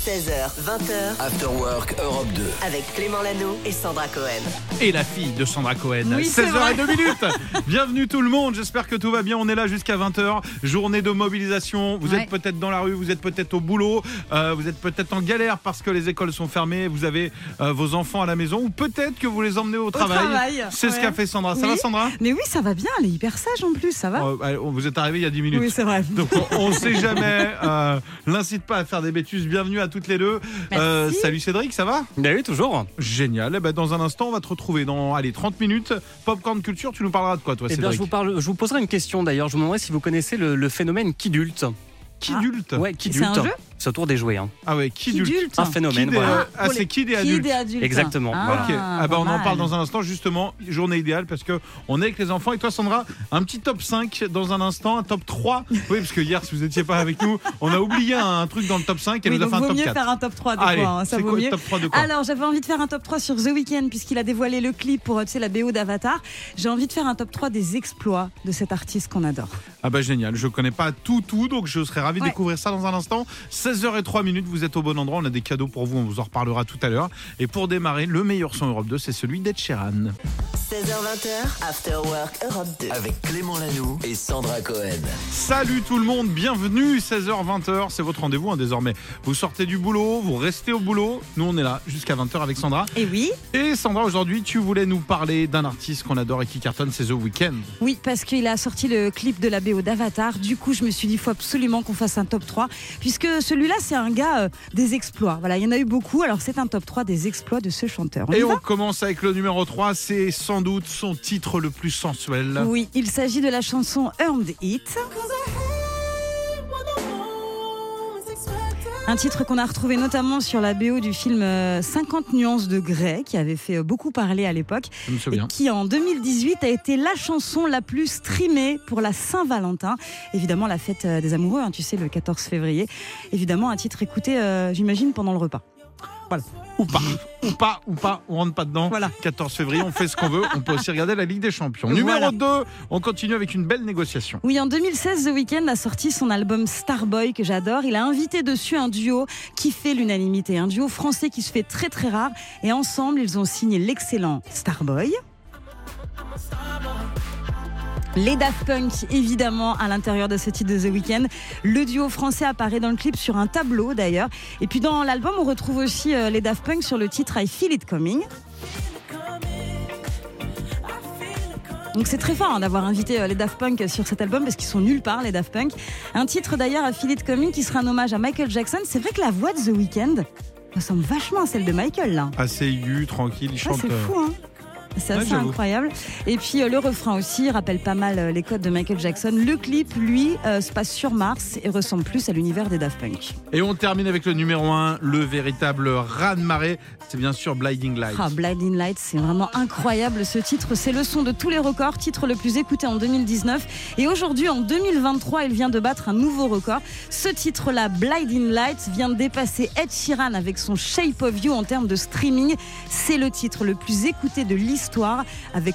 16h, 20h. After Work Europe 2. Avec Clément Lano et Sandra Cohen. Et la fille de Sandra Cohen. Oui, 16h02. Bienvenue tout le monde. J'espère que tout va bien. On est là jusqu'à 20h. Journée de mobilisation. Vous êtes peut-être dans la rue, vous êtes peut-être au boulot, vous êtes peut-être en galère parce que les écoles sont fermées, vous avez vos enfants à la maison ou peut-être que vous les emmenez au travail. C'est ce qu'a fait Sandra. Ça va, Sandra ? Mais oui, ça va bien. Elle est hyper sage en plus. Ça va ? Vous êtes arrivé il y a 10 minutes. Oui, c'est vrai. Donc on ne sait jamais. L'incite pas à faire des bêtises. Bienvenue à toutes les deux. Salut Cédric, ça va ? Oui, toujours. Génial. Dans un instant, on va te retrouver dans 30 minutes. Popcorn Culture, tu nous parleras de quoi, toi, Cédric ? Je vous poserai une question d'ailleurs. Je vous demanderai si vous connaissez le phénomène Kidulte. Kidulte ? Ouais, Kidulte. C'est un jeu ? C'est autour des jouets. Ah ouais, Kidulte. Un phénomène, voilà. C'est Kid et adultes. Exactement. Ok. On en parle dans un instant, justement. Journée idéale parce que on est avec les enfants. Et toi, Sandra, un petit top 5 dans un instant, un top 3. Oui, parce que hier, si vous n'étiez pas avec nous, on a oublié un truc dans le top 5 et nous a fait un top 4. Vaut mieux faire un top 3 de Allez, quoi, ça c'est vaut quoi mieux. Le top 3 de quoi ? Alors, j'avais envie de faire un top 3 sur The Weeknd puisqu'il a dévoilé le clip pour la BO d'Avatar. J'ai envie de faire un top 3 des exploits de cet artiste qu'on adore. Génial. Je connais pas tout, donc je serais ravi de découvrir ça dans un instant. 16h03, vous êtes au bon endroit. On a des cadeaux pour vous, on vous en reparlera tout à l'heure. Et pour démarrer, le meilleur son Europe 2, c'est celui d'Ed Sheeran. 16h20, After Work Europe 2. Avec Clément Lano et Sandra Cohen. Salut tout le monde, bienvenue. 16h20, c'est votre rendez-vous désormais. Vous sortez du boulot, vous restez au boulot. Nous, on est là jusqu'à 20h avec Sandra. Et oui. Et Sandra, aujourd'hui, tu voulais nous parler d'un artiste qu'on adore et qui cartonne, c'est The Weeknd. Oui, parce qu'il a sorti le clip de la BO d'Avatar. Du coup, je me suis dit, il faut absolument qu'on fasse un top 3. Puisque celui-là, c'est un gars des exploits. Voilà, il y en a eu beaucoup. Alors, c'est un top 3 des exploits de ce chanteur. On commence avec le numéro 3. C'est sans doute son titre le plus sensuel. Oui, il s'agit de la chanson Earned It. Un titre qu'on a retrouvé notamment sur la BO du film 50 nuances de Grey, qui avait fait beaucoup parler à l'époque. Je me souviens. Et qui, en 2018, a été la chanson la plus streamée pour la Saint-Valentin. Évidemment, la fête des amoureux, tu sais, le 14 février. Évidemment, un titre écouté, j'imagine, pendant le repas. Voilà. Ou pas, on rentre pas dedans. Voilà. 14 février, on fait ce qu'on veut. On peut aussi regarder la Ligue des Champions. Numéro 2, on continue avec une belle négociation. Oui, en 2016, The Weeknd a sorti son album Starboy, que j'adore. Il a invité dessus un duo qui fait l'unanimité. Un duo français qui se fait très très rare. Et ensemble, ils ont signé l'excellent Starboy. Les Daft Punk, évidemment, à l'intérieur de ce titre de The Weeknd. Le duo français apparaît dans le clip sur un tableau, d'ailleurs. Et puis dans l'album, on retrouve aussi les Daft Punk sur le titre I Feel It Coming. Donc c'est très fort d'avoir invité les Daft Punk sur cet album parce qu'ils sont nulle part, les Daft Punk. Un titre d'ailleurs, I Feel It Coming, qui sera un hommage à Michael Jackson. C'est vrai que la voix de The Weeknd ressemble vachement à celle de Michael, là. Assez aigu, tranquille, il chante. C'est fou, hein. C'est assez incroyable. Et puis le refrain aussi rappelle pas mal les codes de Michael Jackson. Le clip, lui, se passe sur Mars et ressemble plus à l'univers des Daft Punk. Et on termine avec le numéro 1, le véritable raz-de-marée. C'est bien sûr Blinding Lights. Blinding Lights, c'est vraiment incroyable ce titre. C'est le son de tous les records, titre le plus écouté en 2019. Et aujourd'hui, en 2023, il vient de battre un nouveau record. Ce titre-là, Blinding Lights, vient de dépasser Ed Sheeran avec son Shape of You en termes de streaming. C'est le titre le plus écouté de l'histoire avec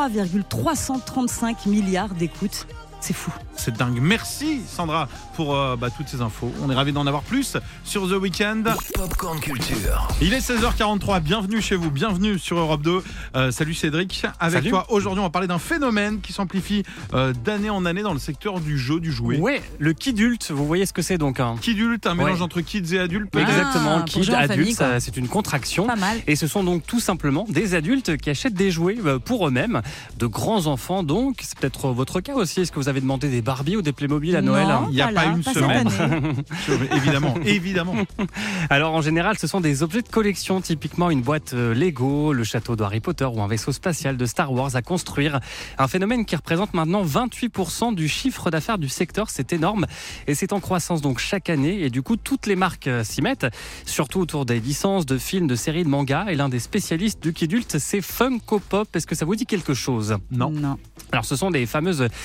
3,335 milliards d'écoutes. C'est fou. C'est dingue. Merci Sandra pour toutes ces infos. On est ravis d'en avoir plus sur The Weeknd. Popcorn Culture. Il est 16h43. Bienvenue chez vous. Bienvenue sur Europe 2. Salut Cédric. Avec toi, aujourd'hui, on va parler d'un phénomène qui s'amplifie d'année en année dans le secteur du jeu, du jouet. Ouais, le kidulte. Vous voyez ce que c'est donc, hein. Kidulte, un mélange entre kids et adultes. Exactement. Kid, adulte, famille, c'est une contraction. Pas mal. Et ce sont donc tout simplement des adultes qui achètent des jouets pour eux-mêmes. De grands enfants donc. C'est peut-être votre cas aussi. Est-ce que vous avez demandé des Barbie ou des Playmobil à Noël? Non, il n'y a pas une semaine. Évidemment. Alors en général, ce sont des objets de collection, typiquement une boîte Lego, le château de Harry Potter ou un vaisseau spatial de Star Wars à construire. Un phénomène qui représente maintenant 28% du chiffre d'affaires du secteur, c'est énorme et c'est en croissance donc chaque année et du coup toutes les marques s'y mettent, surtout autour des licences de films, de séries, de mangas. Et l'un des spécialistes du Kidulte, c'est Funko Pop. Est-ce que ça vous dit quelque chose? Non. Alors ce sont des fameuses figurines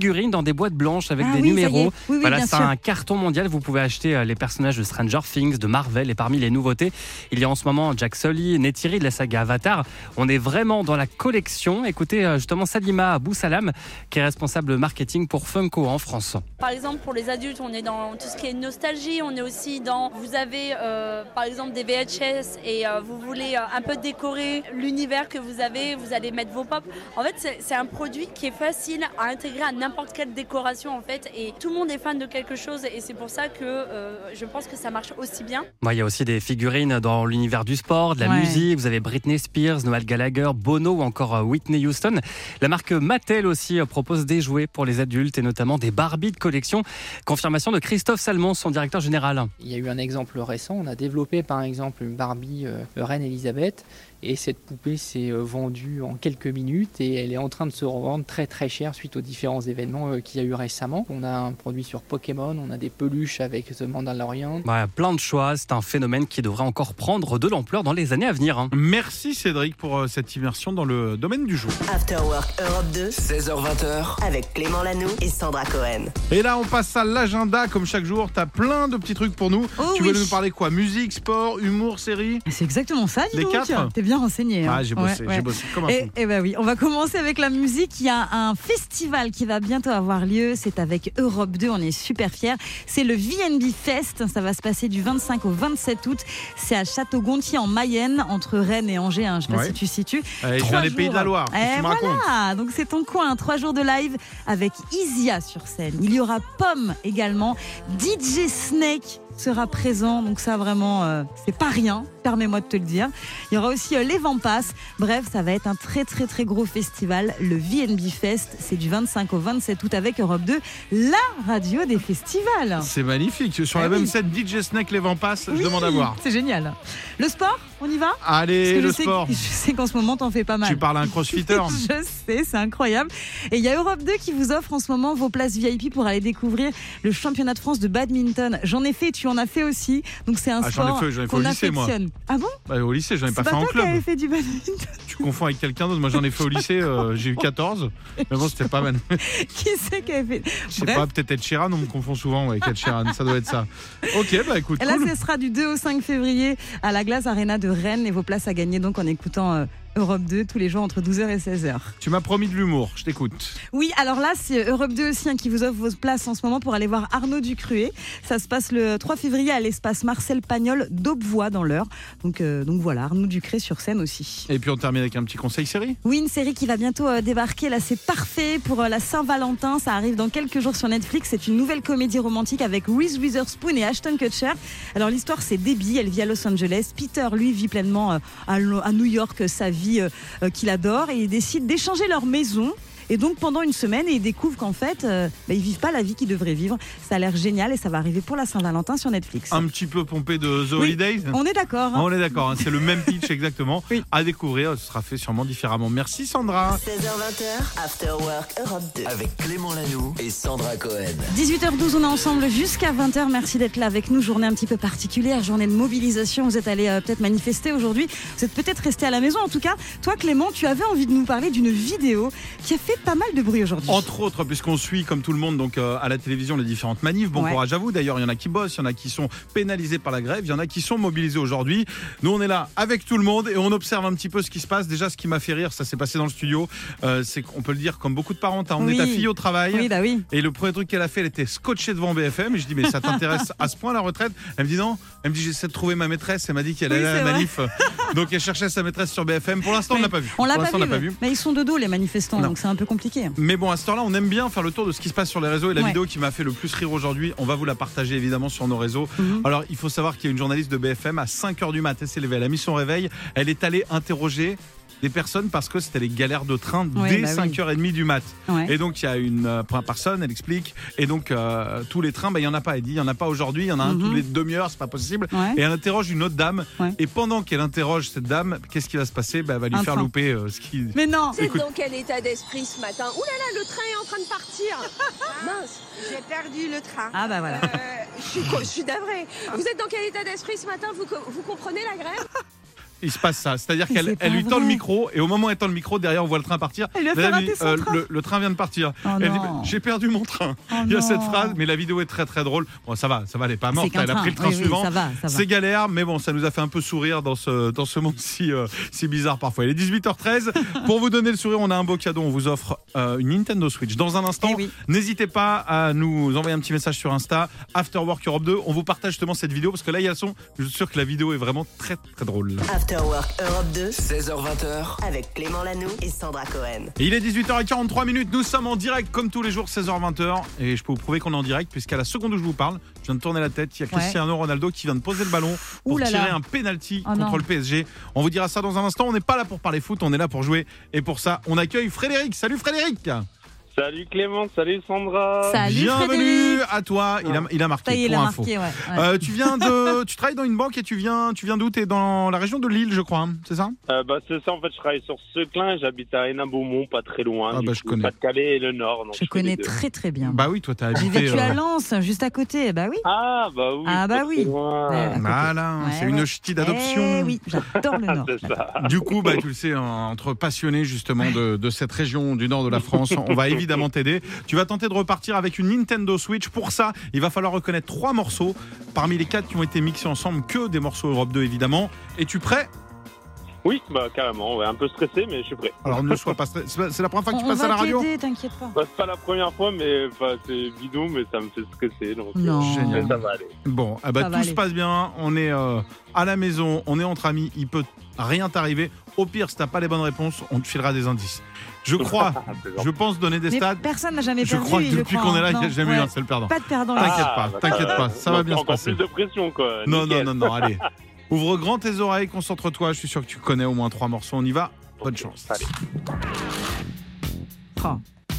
figurines dans des boîtes blanches avec des oui, numéros. Oui, Voilà, bien c'est sûr. un carton mondial. Vous pouvez acheter les personnages de Stranger Things, de Marvel, et parmi les nouveautés, il y a en ce moment Jack Sully, Neytiri de la saga Avatar. On est vraiment dans la collection. Écoutez justement Salima Boussalam, qui est responsable marketing pour Funko en France. Par exemple, pour les adultes, on est dans tout ce qui est nostalgie. On est aussi dans, vous avez par exemple des VHS et vous voulez un peu décorer l'univers que vous avez, vous allez mettre vos pop. En fait, c'est un produit qui est facile à intégrer à n'importe quelle décoration en fait. Et tout le monde est fan de quelque chose et c'est pour ça que je pense que ça marche aussi bien. Il y a aussi des figurines dans l'univers du sport, de la musique. Vous avez Britney Spears, Noel Gallagher, Bono ou encore Whitney Houston. La marque Mattel aussi propose des jouets pour les adultes et notamment des Barbie de collection. Confirmation de Christophe Salmon, son directeur général. Il y a eu un exemple récent. On a développé par exemple une Barbie Reine Elisabeth. Et cette poupée s'est vendue en quelques minutes et elle est en train de se revendre très très cher suite aux différents événements qu'il y a eu récemment. On a un produit sur Pokémon, on a des peluches avec The Mandalorian. Plein de choix, c'est un phénomène qui devrait encore prendre de l'ampleur dans les années à venir. Merci Cédric pour cette immersion dans le domaine du jeu. After Work Europe 2, 16h20. avec Clément Lanoux et Sandra Cohen. Et là, on passe à l'agenda. Comme chaque jour, t'as plein de petits trucs pour nous. Tu veux nous parler quoi? Musique, sport, humour, série? C'est exactement ça, dis Les donc. 4? T'es bien renseigné. Hein. Ah, j'ai bossé comme un fou. Et bah oui, on va commencer avec la musique. Il y a un festival qui va bientôt avoir lieu. C'est avec Europe 2. On est super fiers. C'est le VNB Fest. Ça va se passer du 25 au 27 août. C'est à Château-Gontier en Mayenne, entre Rennes et Angers. Je sais pas si tu situes. Je viens des Pays de la Loire. Et voilà, donc c'est ton coin. 3 jours de live avec Isia sur scène. Il y aura Pomme également. DJ Snake sera présent, donc ça vraiment c'est pas rien, permets-moi de te le dire. Il y aura aussi les Vampas. Bref, ça va être un très très très gros festival, le VNB Fest. C'est du 25 au 27 août avec Europe 2, la radio des festivals. C'est magnifique. Sur la même scène, DJ Snake, les Vampas, je demande à voir. C'est génial. Le sport, on y va? Allez, le sport. Je sais qu'en ce moment t'en fais pas mal. Tu parles à un crossfitter. Je sais, c'est incroyable. Et il y a Europe 2 qui vous offre en ce moment vos places VIP pour aller découvrir le championnat de France de badminton. J'en ai fait, tu en as fait aussi. Donc c'est un sport j'en ai fait qu'on au lycée, moi. affectionne. Ah bon? Au lycée, j'en ai pas fait en club. C'est pas toi qui avais club. fait du badminton? Tu confonds avec quelqu'un d'autre. Moi, j'en ai fait au lycée. J'ai eu 14. Mais bon, c'était pas mal. Qui c'est qui avait fait? Je sais pas, peut-être Ed Sheeran. On me confond souvent avec Ed Sheeran. Ça doit être ça. Ok, écoute. Et là, ce sera du 2 au 5 février à la Glace Arena de Rennes. Et vos places à gagner donc en écoutant Europe 2 tous les jours entre 12h et 16h. Tu m'as promis de l'humour, je t'écoute. Oui, alors là, c'est Europe 2 aussi qui vous offre vos places en ce moment pour aller voir Arnaud Ducruet. Ça se passe le 3 février à l'espace Marcel Pagnol d'Aubevoie dans l'Eure. Donc voilà, Arnaud Ducruet sur scène aussi. Et puis on termine avec un petit conseil série. Oui, une série qui va bientôt débarquer. Là, c'est parfait pour la Saint-Valentin. Ça arrive dans quelques jours sur Netflix. C'est une nouvelle comédie romantique avec Reese Witherspoon et Ashton Kutcher. Alors l'histoire, c'est Debbie. Elle vit à Los Angeles. Peter, lui, vit pleinement à New York sa vie qu'il adore et ils décident d'échanger leur maison. Et donc pendant une semaine, ils découvrent qu'en fait, ils vivent pas la vie qu'ils devraient vivre. Ça a l'air génial et ça va arriver pour la Saint-Valentin sur Netflix. Un petit peu pompé de The Holidays. On est d'accord. On est d'accord, c'est le même pitch exactement. Oui. À découvrir, ce sera fait sûrement différemment. Merci Sandra. 16h20, After Work Europe 2. Avec Clément Lanoux et Sandra Cohen. 18h12, on est ensemble jusqu'à 20h. Merci d'être là avec nous. Journée un petit peu particulière, journée de mobilisation. Vous êtes allé peut-être manifester aujourd'hui. Vous êtes peut-être resté à la maison. En tout cas, toi Clément, tu avais envie de nous parler d'une vidéo qui a fait pas mal de bruit aujourd'hui. Entre autres, puisqu'on suit comme tout le monde donc à la télévision les différentes manifs. Bon courage à vous. D'ailleurs, il y en a qui bossent, il y en a qui sont pénalisés par la grève, il y en a qui sont mobilisés aujourd'hui. Nous, on est là avec tout le monde et on observe un petit peu ce qui se passe. Déjà, ce qui m'a fait rire, ça s'est passé dans le studio, c'est qu'on peut le dire comme beaucoup de parents, t'as emmené ta fille au travail. Oui, bah oui. Et le premier truc qu'elle a fait, elle était scotchée devant BFM. Et je dis, mais ça t'intéresse à ce point la retraite? Elle me dit non. Elle me dit, j'essaie de trouver ma maîtresse. Elle m'a dit qu'elle allait à la manif. Donc elle cherchait sa maîtresse sur BFM. Pour l'instant, on l'a pas vu. On l'a pas vu. Mais ils sont de dos les manifestants, donc c'est un peu compliqué. Mais bon, à cette heure-là, on aime bien faire le tour de ce qui se passe sur les réseaux. Et la vidéo qui m'a fait le plus rire aujourd'hui, on va vous la partager évidemment sur nos réseaux. Alors, il faut savoir qu'il y a une journaliste de BFM à 5h du mat. Elle s'est levée, elle a mis son réveil. Elle est allée interroger des personnes parce que c'était les galères de train dès 5h30 du mat. Et donc il y a une première personne, elle explique, et donc tous les trains, il n'y en a pas. Elle dit, il n'y en a pas aujourd'hui, il y en a un tous les demi-heures, c'est pas possible. Et elle interroge une autre dame, et pendant qu'elle interroge cette dame, qu'est-ce qui va se passer? Elle va lui faire louper ce qui... Mais non. Vous êtes dans quel état d'esprit ce matin? Ouh là là, le train est en train de partir. Mince, j'ai perdu le train. Ah bah voilà. Je suis navrée. Vous êtes dans quel état d'esprit ce matin? Vous comprenez la grève? Il se passe ça. C'est-à-dire Mais qu'elle c'est pas lui tend le vrai. micro et au moment où elle tend le micro, derrière, on voit le train partir. Elle lui a fait Madame, rater son train. le train vient de partir. Oh Elle dit non. j'ai perdu mon train. Oh Il y a non. cette phrase, mais la vidéo est très très drôle. Bon, ça va, elle est pas morte. C'est qu'un Elle a pris le train Oui, suivant. ça va. C'est galère, mais bon, ça nous a fait un peu sourire dans ce monde si bizarre parfois. Il est 18h13. Pour vous donner le sourire, on a un beau cadeau. On vous offre une Nintendo Switch. Dans un instant, Eh oui. n'hésitez pas à nous envoyer un petit message sur Insta, After Work Europe 2. On vous partage justement cette vidéo parce que là, il y a le son. Je suis sûr que la vidéo est vraiment très très drôle. After Work Europe 2 16h20. avec Clément Lanoux et Sandra Cohen. Et il est 18h43. Nous sommes en direct comme tous les jours, 16h-20h. Et je peux vous prouver qu'on est en direct puisqu'à la seconde où je vous parle, je viens de tourner la tête. Il y a Cristiano Ronaldo qui vient de poser le ballon pour Ouh là tirer là. un penalty Oh contre non. le PSG. On vous dira ça dans un instant. On n'est pas là pour parler foot, on est là pour jouer. Et pour ça, on accueille Frédéric. Salut Frédéric. Salut Clément, salut Sandra. Salut Bienvenue Frédéric. à toi. Il a marqué. Ça y est, il pour a info. marqué, ouais. Tu travailles dans une banque et tu viens d'où? T'es dans la région de Lille, je crois. Hein, c'est ça? C'est ça, en fait, je travaille sur Seclin, j'habite à Hénin-Beaumont, pas très loin. Ah, bah, je connais. Pas-de-Calais et le Nord. Donc Je fais connais les deux. très très bien. Bah oui, toi t'as J'ai habité. vécu à Lens, juste à côté. Bah oui. Ah, bah oui. Ah, bah pas oui. très loin. Ouais. Voilà, Ouais, c'est ouais. une ch'ti d'adoption. Eh oui, j'adore le Nord. C'est ça. Du coup, tu le sais, entre passionnés justement de cette région du nord de la France, on va évidemment t'aider. Tu vas tenter de repartir avec une Nintendo Switch. Pour ça, il va falloir reconnaître 3 morceaux parmi les 4 qui ont été mixés ensemble, que des morceaux Europe 2 évidemment. Es-tu prêt? Oui, bah carrément, ouais, un peu stressé, mais je suis prêt. Alors ne sois pas stressé. C'est la première fois que tu On passes à la va radio? t'aider, t'inquiète pas. Bah, c'est pas la première fois, mais c'est bidon, mais ça me fait stresser. Donc, Non. Génial. mais ça va aller. Bon, Ça tout va se aller. passe bien. On est à la maison, on est entre amis. Il peut rien t'arriver. Au pire, si t'as pas les bonnes réponses, on te filera des indices. Je crois, je pense donner des Mais stades. personne n'a jamais Je perdu. crois que je depuis crois, qu'on est là, il hein. n'y a jamais eu Ouais. un seul perdant. Pas de perdant. T'inquiète Ah, pas, bah, t'inquiète pas, ça va bien se encore passer. plus de pression, quoi. Non, Nickel. non, allez. Ouvre grand tes oreilles, concentre-toi. Je suis sûr que tu connais au moins 3 morceaux. On y va. Bonne chance. Allez. Oh.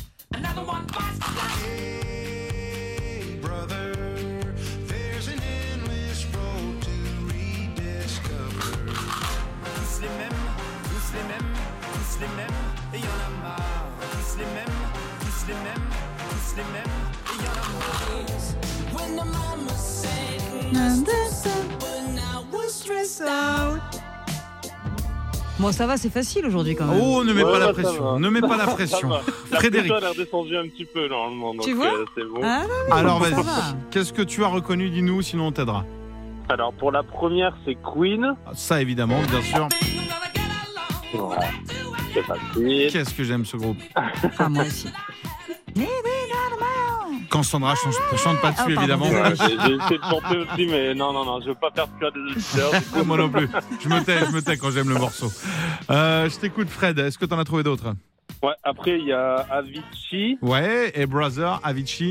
Bon, ça va, c'est facile aujourd'hui quand même. Oh, ne mets Ouais, pas la ça pression. va. Ne mets pas la Ça pression. va. La Frédéric. pression, elle est redescendue un petit peu, normalement. Donc, Tu vois c'est bon. Ah, non, Alors ça vas-y. va. Qu'est-ce que tu as reconnu? Dis-nous, sinon on t'aidera. Alors, pour la première, c'est Queen. Ça, évidemment, bien sûr. Voilà. C'est facile. Qu'est-ce que j'aime ce groupe. Ah, moi aussi. Quand Sandra chante pas dessus, pardon. évidemment. Ouais, j'ai essayé de chanter aussi, mais non, je veux pas perdre cœur des auditeurs. Moi non plus. Je me tais quand j'aime le morceau. Je t'écoute, Fred. Est-ce que t'en as trouvé d'autres? Ouais, après, il y a Avicii. Ouais, et Brother, Avicii.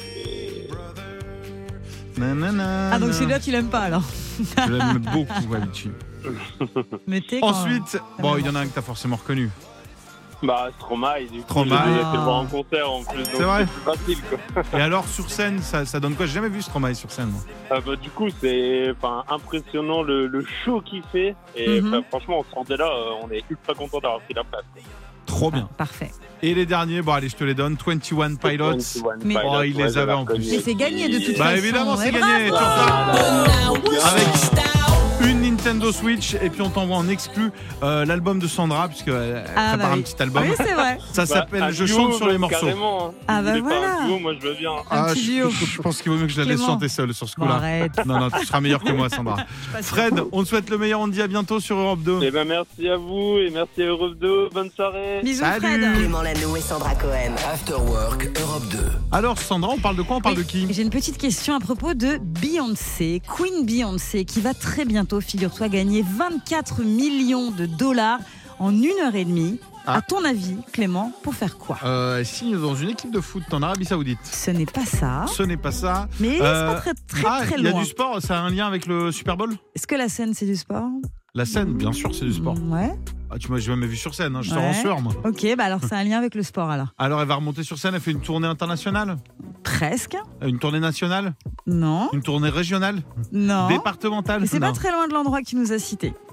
Nanana. Ah, donc celui-là, tu l'aimes pas alors. Je l'aime beaucoup, Avicii. Mais t'es quand- Ensuite, bon, il y en a un que t'as forcément reconnu. Bah, Stromae, du coup. Stromae. J'ai été le voir en concert en plus. Donc C'est vrai. plus facile, quoi. Et alors, sur scène, ça donne quoi? J'ai jamais vu Stromae sur scène, moi. Bah, du coup, c'est impressionnant le show qu'il fait. Et Mhm. franchement, on se rendait là, on est ultra content d'avoir pris la place. Trop bien. Parfait. Et les derniers, bon, allez, je te les donne. 21 Pilots. 21 Mais- Oh, il les avait en plus. Mais c'est gagné de toute Bah, façon. évidemment, c'est Et gagné. Tu bravo. repars avec une Nintendo Switch et puis on t'envoie en exclu l'album de Sandra puisqu'elle Ah, prépare bah un oui. petit album. Oui, c'est vrai. Ça s'appelle un Je duo, chante sur les même, morceaux. Carrément, hein. Ah, Si bah vous voulez faire voilà. un duo, moi je veux bien. Un petit duo. je pense qu'il vaut mieux que je la laisse Clément. chanter seule sur ce Bon, coup-là. arrête. Non, tu seras meilleur que moi, Sandra. Fred, on te souhaite le meilleur. On te dit à bientôt sur Europe 2. Eh ben merci à vous et merci à Europe 2. Bonne soirée. Bisous, Salut. Fred. Clément Lanoux et Sandra Cohen. After Work Europe 2. Alors, Sandra, on parle de quoi? On parle Oui, de qui? J'ai une petite question à propos de Beyoncé, Queen Beyoncé, qui va très bientôt, figure-toi, gagner 24 millions de dollars en 1h30. Ah. À ton avis, Clément, pour faire quoi? Signe dans une équipe de foot en Arabie Saoudite. Ce n'est pas ça, Ce n'est pas ça. mais c'est pas très Il y a loin. du sport, ça a un lien avec le Super Bowl? Est-ce que la scène, c'est du sport? La scène, bien sûr, c'est du sport. Ouais. Ah, tu m'as jamais vu sur scène, hein, je sors Ouais. en sueur, moi. Ok, bah alors c'est un lien avec le sport alors. Alors, elle va remonter sur scène, elle fait une tournée internationale? Presque. Une tournée nationale? Non. Une tournée régionale? Non. Départementale? Mais c'est Non. pas très loin de l'endroit que tu nous as cité.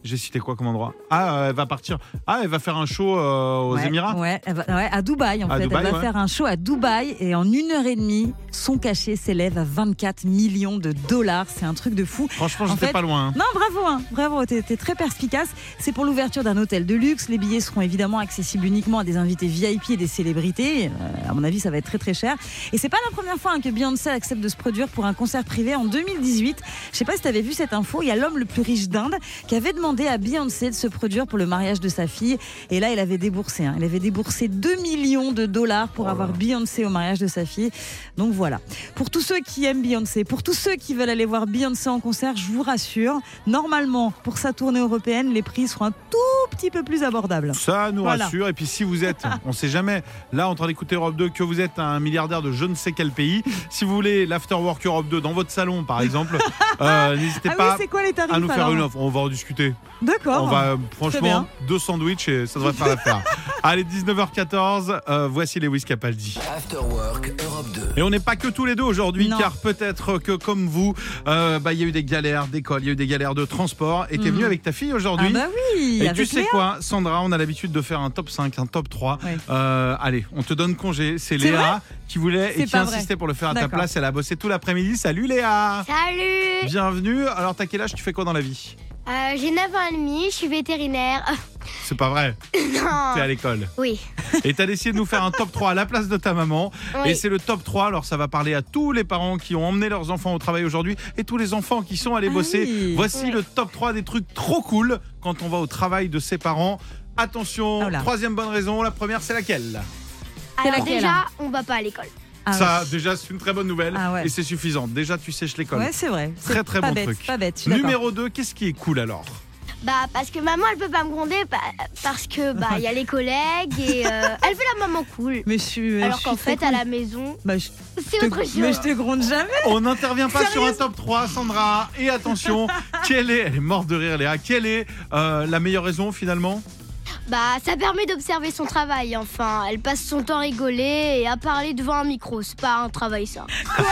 J'ai cité quoi comme endroit? Ah, elle va partir. Ah, elle va faire un show aux Émirats. Ouais, à Dubaï en fait. Elle va faire un show à Dubaï et en 1h30, son cachet s'élève à 24 millions de dollars. C'est un truc de fou. Franchement, j'étais pas loin. Non, bravo, t'es très perspicace. C'est pour l'ouverture d'un hôtel de luxe. Les billets seront évidemment accessibles uniquement à des invités VIP et des célébrités. À mon avis, ça va être très très cher. Et c'est pas la première fois que Beyoncé accepte de se produire pour un concert privé. En 2018, je sais pas si t'avais vu cette info, il y a l'homme le plus riche d'Inde qui avait demandé à Beyoncé de se produire pour le mariage de sa fille. Et là, il avait déboursé 2 millions de dollars pour avoir Beyoncé au mariage de sa fille. Donc voilà. Pour tous ceux qui aiment Beyoncé, pour tous ceux qui veulent aller voir Beyoncé en concert, je vous rassure, normalement, pour sa tournée européenne, les prix seront un tout petit peu plus abordables. Ça nous rassure. Et puis si vous êtes, on sait jamais, là en train d'écouter Europe 2, que vous êtes un milliardaire de je ne sais quel pays, si vous voulez l'Afterwork Europe 2 dans votre salon, par exemple, n'hésitez pas c'est quoi les tarifs, à nous faire alors une offre. On va en discuter. D'accord. On va, franchement, 2 sandwichs et ça devrait faire l'affaire. Allez, 19h14, voici Lewis Capaldi. Afterwork Europe 2. Et on n'est pas que tous les deux aujourd'hui, car peut-être que comme vous, il y a eu des galères d'école, il y a eu des galères de transport, et tu es venue avec ta fille aujourd'hui. Ah bah oui. Et tu sais quoi, Sandra, on a l'habitude de faire un top 5, un top 3. Oui. Allez, on te donne congé. C'est Léa qui voulait et qui insistait pour le faire à ta place. Elle a bossé tout l'après-midi. Salut Léa. Salut. Bienvenue. Alors, t'as quel âge? Tu fais quoi dans la vie? J'ai 9 ans et demi, je suis vétérinaire. C'est pas vrai? Non. T'es à l'école? Oui. Et t'as décidé de nous faire un top 3 à la place de ta maman. Oui. Et c'est le top 3, alors ça va parler à tous les parents qui ont emmené leurs enfants au travail aujourd'hui et tous les enfants qui sont allés bosser. Oui. Voici le top 3 des trucs trop cool quand on va au travail de ses parents. Attention, troisième bonne raison, la première c'est laquelle? Alors déjà, on va pas à l'école. Ça, déjà, c'est une très bonne nouvelle et c'est suffisant. Déjà, tu sèches l'école. Ouais, c'est vrai. Très, très bon truc. Pas bête. Numéro 2, qu'est-ce qui est cool alors? Parce que maman, elle peut pas me gronder parce que il y a les collègues et elle fait la maman cool. Alors qu'en fait, à la maison, c'est autre chose. Mais je te gronde jamais. On n'intervient pas sur un top 3, Sandra. Et attention, elle est morte de rire, Léa. Quelle est la meilleure raison finalement? Ça permet d'observer son travail, enfin. Elle passe son temps à rigoler et à parler devant un micro. C'est pas un travail, ça. Quoi?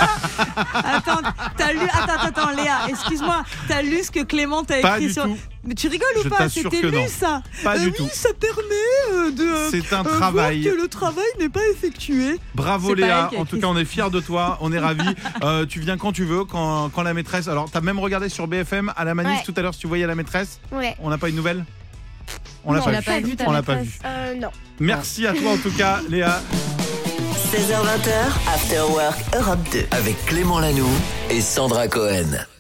Attends, Léa, excuse-moi. T'as lu ce que Clément t'a écrit sur... Tout. Mais tu rigoles ou pas? C'était lu, ça. Pas du tout. Ça permet de... C'est un travail. Voir que le travail n'est pas effectué. Bravo Léa, en tout cas on est fiers de toi, on est ravis. Tu viens quand tu veux, quand la maîtresse... Alors t'as même regardé sur BFM à la manif tout à l'heure si tu voyais la maîtresse? Ouais. On n'a pas une nouvelle? On l'a pas vu. Non. Merci à toi en tout cas, Léa. 16h20, Afterwork Europe 2. Avec Clément Lanoux et Sandra Cohen.